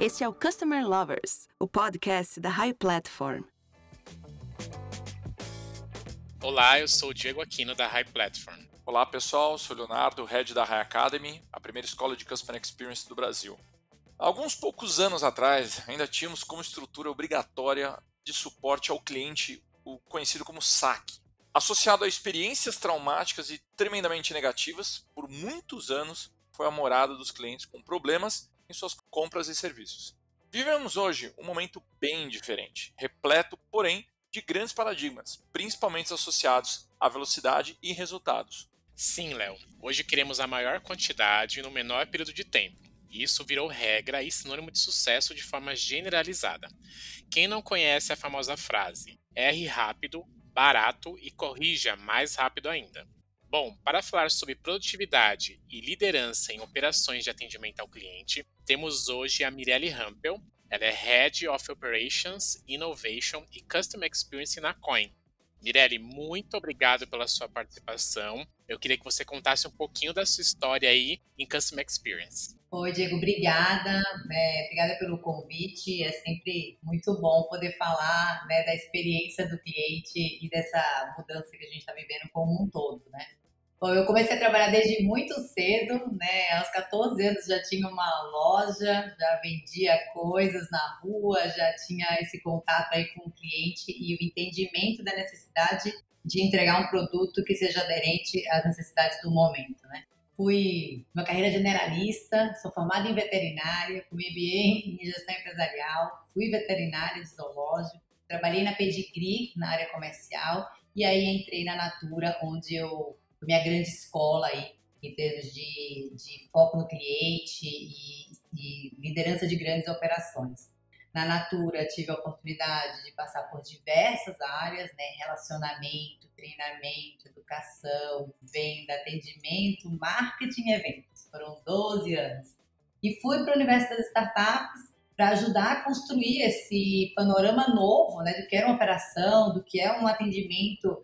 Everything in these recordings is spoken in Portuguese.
Este é o Customer Lovers, o podcast da High Platform. Olá, eu sou o Diego Aquino da High Platform. Olá pessoal, sou o Leonardo, Head da High Academy, a primeira escola de Customer Experience do Brasil. Há alguns poucos anos atrás, ainda tínhamos como estrutura obrigatória de suporte ao cliente o conhecido como SAC. Associado a experiências traumáticas e tremendamente negativas, por muitos anos foi a morada dos clientes com problemas em suas compras e serviços. Vivemos hoje um momento bem diferente, repleto, porém, de grandes paradigmas, principalmente associados à velocidade e resultados. Sim, Léo. Hoje queremos a maior quantidade no menor período de tempo. E isso virou regra e sinônimo de sucesso de forma generalizada. Quem não conhece a famosa frase erre rápido, barato e corrija mais rápido ainda? Bom, para falar sobre produtividade e liderança em operações de atendimento ao cliente, temos hoje a Mirelle Rampel. Ela é Head of Operations, Innovation e Customer Experience na Coin. Mirelle, muito obrigado pela sua participação. Eu queria que você contasse um pouquinho da sua história aí em Customer Experience. Oi, Diego, obrigada. Obrigada pelo convite. É sempre muito bom poder falar, né, da experiência do cliente e dessa mudança que a gente está vivendo como um todo, né? Bom, eu comecei a trabalhar desde muito cedo, né? Aos 14 anos já tinha uma loja, já vendia coisas na rua, já tinha esse contato aí com o cliente e o entendimento da necessidade de entregar um produto que seja aderente às necessidades do momento, né? Fui uma carreira generalista, sou formada em veterinária, com MBA em gestão empresarial, fui veterinária de zoológico, trabalhei na Pedigree, na área comercial, e aí entrei na Natura, onde eu minha grande escola aí, em termos de foco no cliente e liderança de grandes operações. Na Natura, tive a oportunidade de passar por diversas áreas, né? Relacionamento, treinamento, educação, venda, atendimento, marketing e eventos. Foram 12 anos. E fui para o universo das startups para ajudar a construir esse panorama novo, né? Do que era uma operação, do que é um atendimento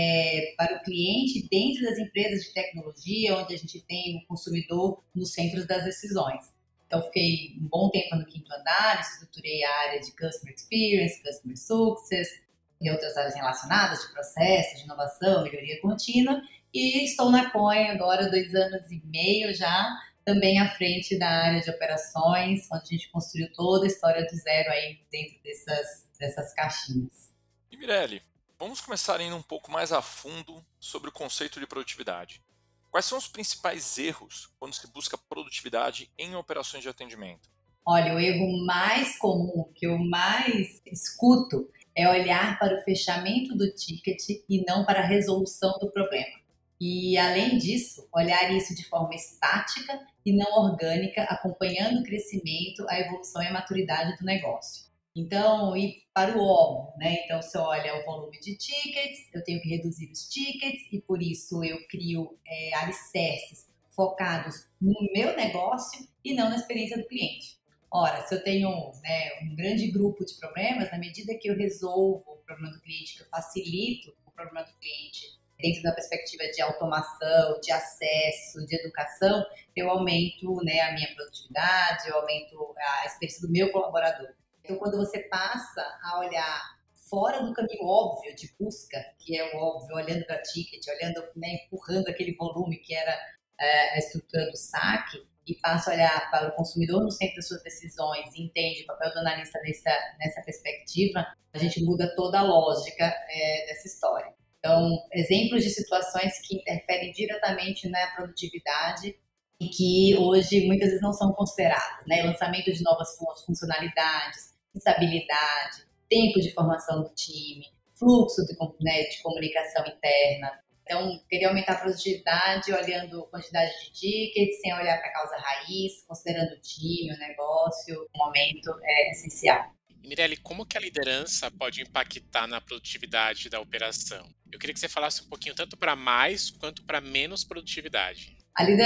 para o cliente dentro das empresas de tecnologia, onde a gente tem o consumidor no centro das decisões. Então, fiquei um bom tempo no quinto andar, estruturei a área de Customer Experience, Customer Success e outras áreas relacionadas de processo, de inovação, melhoria contínua. E estou na Coin agora 2 anos e meio já, também à frente da área de operações, onde a gente construiu toda a história do zero aí dentro dessas caixinhas. E Mirelle, vamos começar indo um pouco mais a fundo sobre o conceito de produtividade. Quais são os principais erros quando se busca produtividade em operações de atendimento? Olha, o erro mais comum, que eu mais escuto, é olhar para o fechamento do ticket e não para a resolução do problema. E, além disso, olhar isso de forma estática e não orgânica, acompanhando o crescimento, a evolução e a maturidade do negócio. Então, ir para o óbvio, né? Então, você olha o volume de tickets, eu tenho que reduzir os tickets e, por isso, eu crio alicerces focados no meu negócio e não na experiência do cliente. Ora, se eu tenho, né, um grande grupo de problemas, na medida que eu resolvo o problema do cliente, que eu facilito o problema do cliente dentro da perspectiva de automação, de acesso, de educação, eu aumento, né, a minha produtividade, eu aumento a experiência do meu colaborador. Então, quando você passa a olhar fora do caminho óbvio de busca, que é o óbvio, olhando para ticket, olhando, né, empurrando aquele volume que era a estrutura do saque, e passa a olhar para o consumidor no centro das suas decisões e entende o papel do analista nessa perspectiva, a gente muda toda a lógica dessa história. Então, exemplos de situações que interferem diretamente na produtividade e que hoje muitas vezes não são consideradas, né? Lançamento de novas funcionalidades, estabilidade, tempo de formação do time, fluxo de comunicação interna. Então, queria aumentar a produtividade olhando a quantidade de tickets, sem olhar para a causa raiz, considerando o time, o negócio, o momento é essencial. Mirelle, como que a liderança pode impactar na produtividade da operação? Eu queria que você falasse um pouquinho tanto para mais quanto para menos produtividade.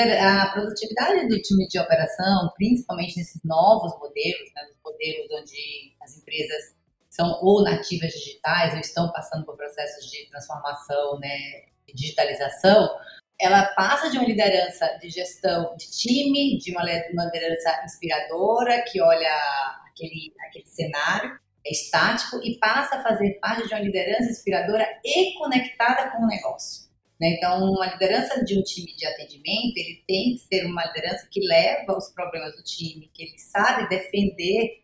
A produtividade do time de operação, principalmente nesses novos modelos, né, os modelos onde as empresas são ou nativas digitais ou estão passando por processos de transformação, né, de digitalização, ela passa de uma liderança de gestão de time, de uma liderança inspiradora, que olha aquele cenário estático e passa a fazer parte de uma liderança inspiradora e conectada com o negócio. Né? Então, uma liderança de um time de atendimento, ele tem que ser uma liderança que leva os problemas do time, que ele sabe defender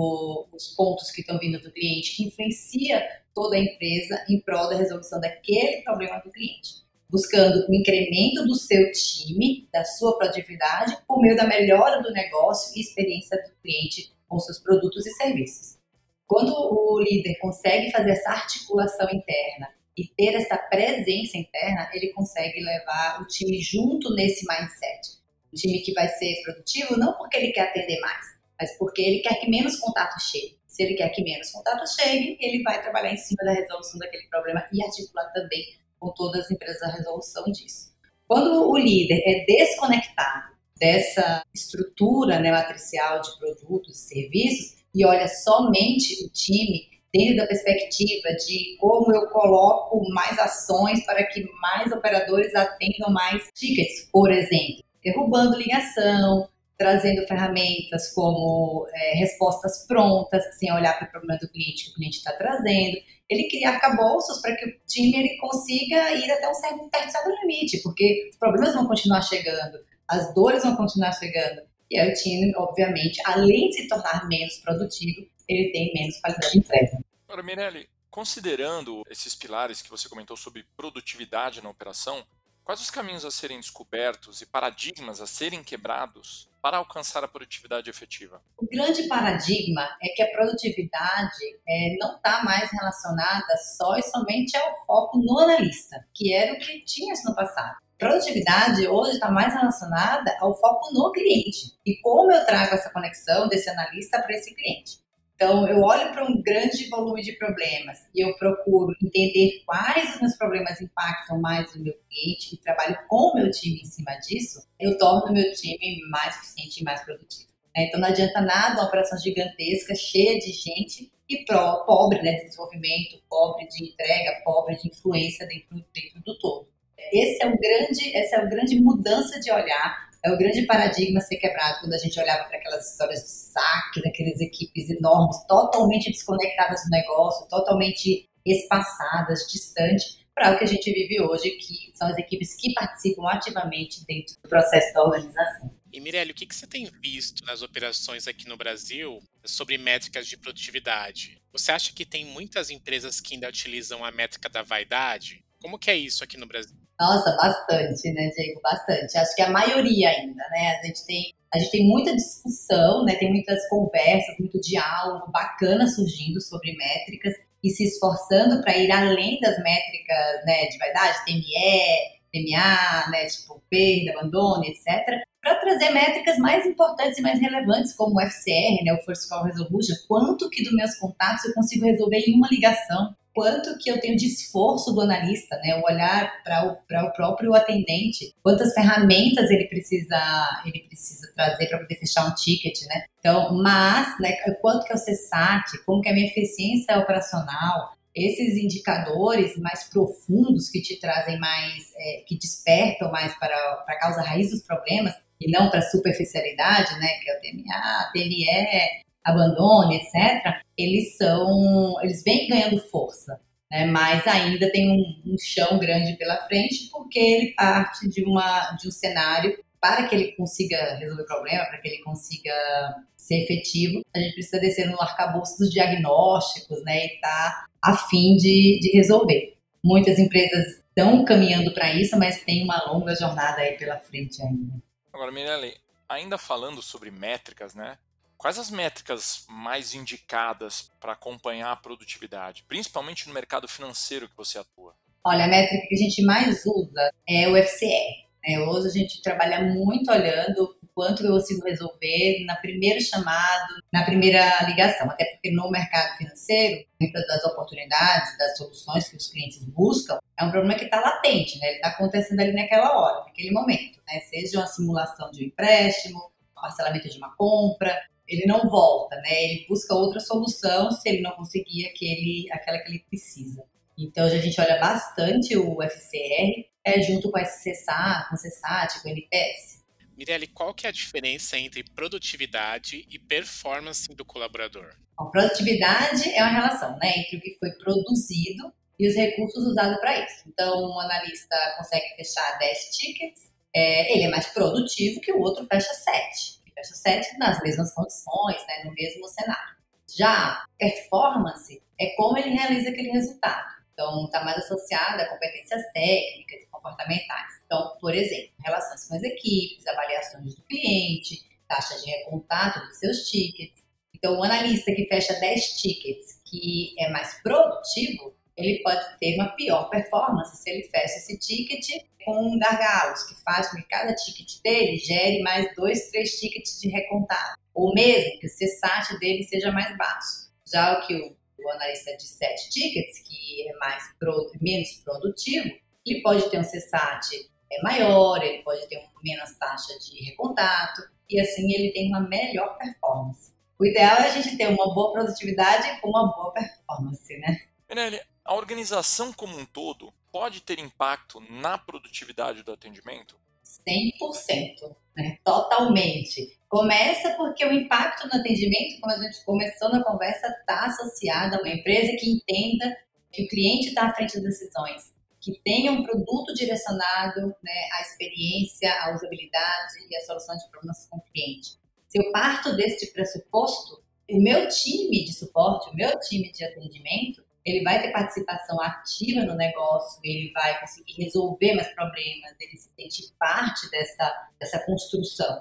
os pontos que estão vindo do cliente, que influencia toda a empresa em prol da resolução daquele problema do cliente, buscando o incremento do seu time, da sua produtividade, por meio da melhora do negócio e experiência do cliente com seus produtos e serviços. Quando o líder consegue fazer essa articulação interna e ter essa presença interna, ele consegue levar o time junto nesse mindset. Um time que vai ser produtivo não porque ele quer atender mais, mas porque ele quer que menos contato chegue. Se ele quer que menos contato chegue, ele vai trabalhar em cima da resolução daquele problema e articular também com todas as empresas a resolução disso. Quando o líder é desconectado dessa estrutura, né, matricial de produtos e serviços e olha somente o time dentro da perspectiva de como eu coloco mais ações para que mais operadores atendam mais tickets, por exemplo, derrubando ligação, trazendo ferramentas como respostas prontas, sem olhar para o problema do cliente que o cliente está trazendo. Ele cria arcabouços para que o time ele consiga ir até um certo limite, porque os problemas vão continuar chegando, as dores vão continuar chegando. E aí o time, obviamente, além de se tornar menos produtivo, ele tem menos qualidade de entrega. Agora, Mirelle, considerando esses pilares que você comentou sobre produtividade na operação, quais os caminhos a serem descobertos e paradigmas a serem quebrados para alcançar a produtividade efetiva? O grande paradigma é que a produtividade não está mais relacionada só e somente ao foco no analista, que era o que tinha no passado. Produtividade hoje está mais relacionada ao foco no cliente e como eu trago essa conexão desse analista para esse cliente. Então, eu olho para um grande volume de problemas e eu procuro entender quais os meus problemas impactam mais o meu cliente e trabalho com o meu time em cima disso, eu torno o meu time mais eficiente e mais produtivo. Então, não adianta nada uma operação gigantesca, cheia de gente e pobre, né, de desenvolvimento, pobre de entrega, pobre de influência dentro do todo. Essa é a grande mudança de olhar, é o grande paradigma a ser quebrado quando a gente olhava para aquelas histórias de saque, daquelas equipes enormes, totalmente desconectadas do negócio, totalmente espaçadas, distantes, para o que a gente vive hoje, que são as equipes que participam ativamente dentro do processo da organização. E Mirelle, o que você tem visto nas operações aqui no Brasil sobre métricas de produtividade? Você acha que tem muitas empresas que ainda utilizam a métrica da vaidade? Como que é isso aqui no Brasil? Nossa, bastante, né, Diego? Bastante. Acho que a maioria ainda, né? A gente tem muita discussão, né? Tem muitas conversas, muito diálogo bacana surgindo sobre métricas e se esforçando para ir além das métricas, né, de vaidade, TME, TMA, né, tipo perda, abandono, etc., para trazer métricas mais importantes e mais relevantes, como o FCR, né, o First Call Resolution, quanto que dos meus contatos eu consigo resolver em uma ligação, quanto que eu tenho de esforço do analista, né, o olhar para o próprio atendente, quantas ferramentas ele precisa trazer para poder fechar um ticket, né? Então, mas, né, quanto que é o CSAT, como que é a minha eficiência operacional, esses indicadores mais profundos que te trazem mais, que despertam mais para a causa raiz dos problemas e não para a superficialidade, né, que é o TMA, TME, abandono, etc., eles vêm ganhando força, né? Mas ainda tem um chão grande pela frente, porque ele parte de um cenário para que ele consiga resolver o problema, para que ele consiga ser efetivo, a gente precisa descer no arcabouço dos diagnósticos, né? E estar a fim de resolver. Muitas empresas estão caminhando para isso, mas tem uma longa jornada aí pela frente ainda. Agora, Mirelle, ainda falando sobre métricas, né? Quais as métricas mais indicadas para acompanhar a produtividade, principalmente no mercado financeiro que você atua? Olha, a métrica que a gente mais usa é o FCR. Hoje a gente trabalha muito olhando o quanto eu consigo resolver na primeiro chamado, na primeira ligação, até porque no mercado financeiro, dentro das oportunidades, das soluções que os clientes buscam, é um problema que está latente, né? Ele está acontecendo ali naquela hora, naquele momento, né? Seja uma simulação de um empréstimo, um parcelamento de uma compra, ele não volta, né? Ele busca outra solução se ele não conseguir aquela que ele precisa. Então, a gente olha bastante o FCR, junto com a SCSAT, com o CSAT, com o NPS. Mirelle, qual que é a diferença entre produtividade e performance do colaborador? A produtividade é uma relação, né, entre o que foi produzido e os recursos usados para isso. Então, um analista consegue fechar 10 tickets, ele é mais produtivo que o outro fecha 7. Ele fecha 7 nas mesmas condições, né, no mesmo cenário. Já performance é como ele realiza aquele resultado. Então, está mais associada a competências técnicas e comportamentais. Então, por exemplo, relações com as equipes, avaliações do cliente, taxa de recontato dos seus tickets. Então, o analista que fecha 10 tickets, que é mais produtivo, ele pode ter uma pior performance se ele fecha esse ticket com gargalos, que faz com que cada ticket dele gere mais 2, 3 tickets de recontado. Ou mesmo que o CSAT dele seja mais baixo. Já o que o analista de 7 tickets, que é menos produtivo, ele pode ter um CSAT maior, ele pode ter menos taxa de recontato, e assim ele tem uma melhor performance. O ideal é a gente ter uma boa produtividade com uma boa performance, né? Mirelle, a organização como um todo pode ter impacto na produtividade do atendimento? 100%, né? Totalmente. Começa porque o impacto no atendimento, como a gente começou na conversa, está associado a uma empresa que entenda que o cliente está à frente das decisões, que tenha um produto direcionado, né, à experiência, à usabilidade e à solução de problemas com o cliente. Se eu parto desse pressuposto, o meu time de suporte, o meu time de atendimento, ele vai ter participação ativa no negócio, ele vai conseguir resolver mais problemas, ele se sente parte dessa construção.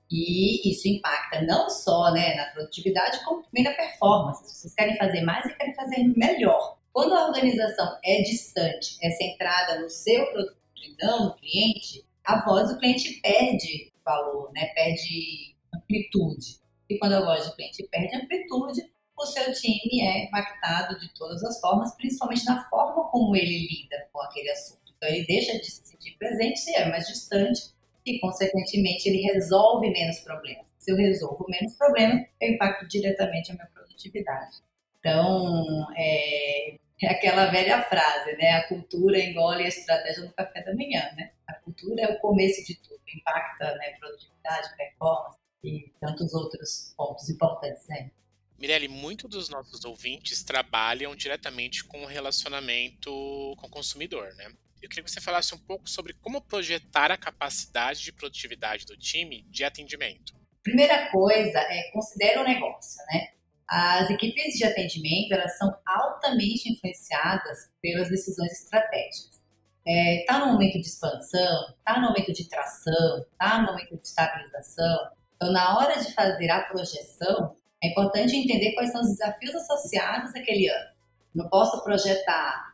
E isso impacta não só, né, na produtividade, como também na performance. As pessoas querem fazer mais e querem fazer melhor. Quando a organização é distante, é centrada no seu produto e não no cliente, a voz do cliente perde valor, né, perde amplitude. E quando a voz do cliente perde amplitude, o seu time é impactado de todas as formas, principalmente na forma como ele lida com aquele assunto. Então, ele deixa de se sentir presente, se é mais distante, e, consequentemente, ele resolve menos problemas. Se eu resolvo menos problemas, eu impacto diretamente a minha produtividade. Então, é aquela velha frase, né? A cultura engole a estratégia no café da manhã, né? A cultura é o começo de tudo, impacta, né, produtividade, performance e tantos outros pontos importantes, né? Mirelle, muitos dos nossos ouvintes trabalham diretamente com o relacionamento com o consumidor, né? Eu queria que você falasse um pouco sobre como projetar a capacidade de produtividade do time de atendimento. Primeira coisa é considere o negócio, né? As equipes de atendimento, elas são altamente influenciadas pelas decisões estratégicas. Está no momento de expansão, está no momento de tração, está no momento de estabilização. Então, na hora de fazer a projeção, é importante entender quais são os desafios associados àquele ano. Não posso projetar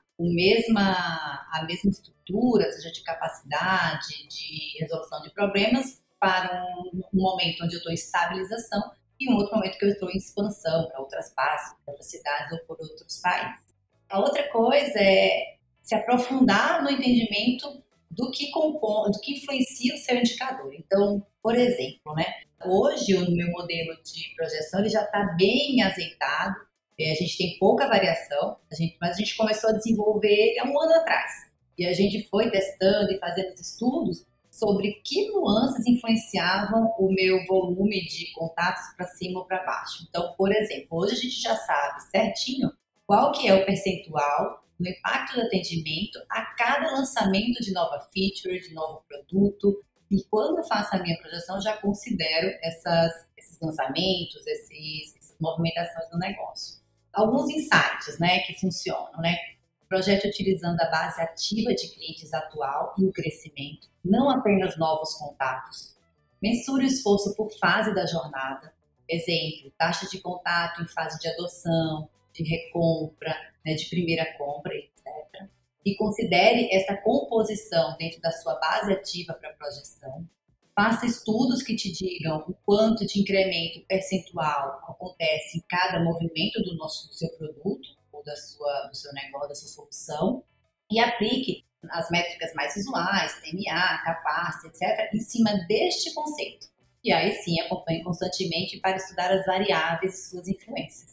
a mesma estrutura, seja de capacidade, de resolução de problemas, para um momento onde eu estou em estabilização e um outro momento que eu estou em expansão para outras partes, para outras cidades ou por outros países. A outra coisa é se aprofundar no entendimento do que influencia o seu indicador. Então, por exemplo, né, hoje o meu modelo de projeção ele já está bem azeitado, a gente tem pouca variação, mas a gente começou a desenvolver ele há um ano atrás. E a gente foi testando e fazendo estudos sobre que nuances influenciavam o meu volume de contatos para cima ou para baixo. Então, por exemplo, hoje a gente já sabe certinho qual que é o percentual no impacto do atendimento a cada lançamento de nova feature, de novo produto. E quando eu faço a minha projeção, eu já considero esses lançamentos, essas movimentações no negócio. Alguns insights, né, que funcionam, né? Projeto utilizando a base ativa de clientes atual e o crescimento, não apenas novos contatos. Mensure o esforço por fase da jornada. Exemplo, taxa de contato em fase de adoção, de recompra, né, de primeira compra, etc. E considere essa composição dentro da sua base ativa para projeção. Faça estudos que te digam o quanto de incremento percentual acontece em cada movimento do seu produto, ou do seu negócio, da sua solução, e aplique as métricas mais visuais, TMA, capacity, etc., em cima deste conceito. E aí sim, acompanhe constantemente para estudar as variáveis e suas influências.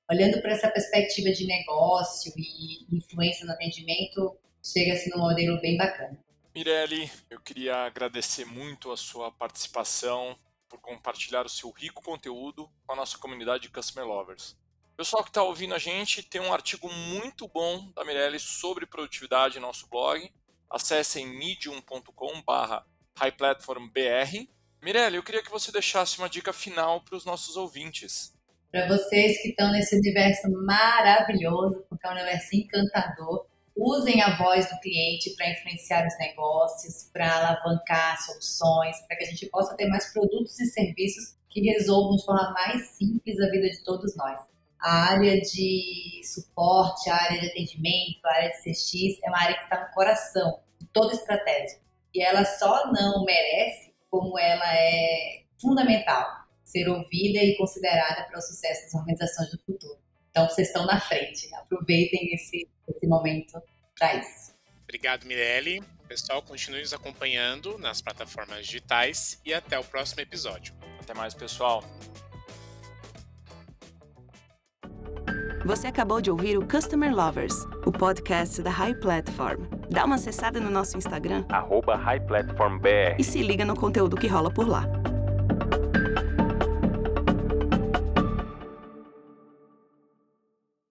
olhando para essa perspectiva de negócio e influência no atendimento, chega-se num modelo bem bacana. Mirelle, eu queria agradecer muito a sua participação, por compartilhar o seu rico conteúdo com a nossa comunidade de Customer Lovers. Pessoal que está ouvindo a gente, tem um artigo muito bom da Mirelle sobre produtividade no nosso blog. Acessem medium.com/highplatformbr. Mirelle, eu queria que você deixasse uma dica final para os nossos ouvintes. Para vocês que estão nesse universo maravilhoso, porque é um universo encantador, usem a voz do cliente para influenciar os negócios, para alavancar soluções, para que a gente possa ter mais produtos e serviços que resolvam de forma mais simples a vida de todos nós. A área de suporte, a área de atendimento, a área de CX é uma área que está no coração de toda estratégia. E ela só não merece como ela é fundamental ser ouvida e considerada para o sucesso das organizações do futuro. Então, vocês estão na frente. Aproveitem esse momento para isso. Obrigado, Mirelle. Pessoal, continue nos acompanhando nas plataformas digitais e até o próximo episódio. Até mais, pessoal. Você acabou de ouvir o Customer Lovers, o podcast da High Platform. Dá uma acessada no nosso Instagram @highplatformbr. e se liga no conteúdo que rola por lá.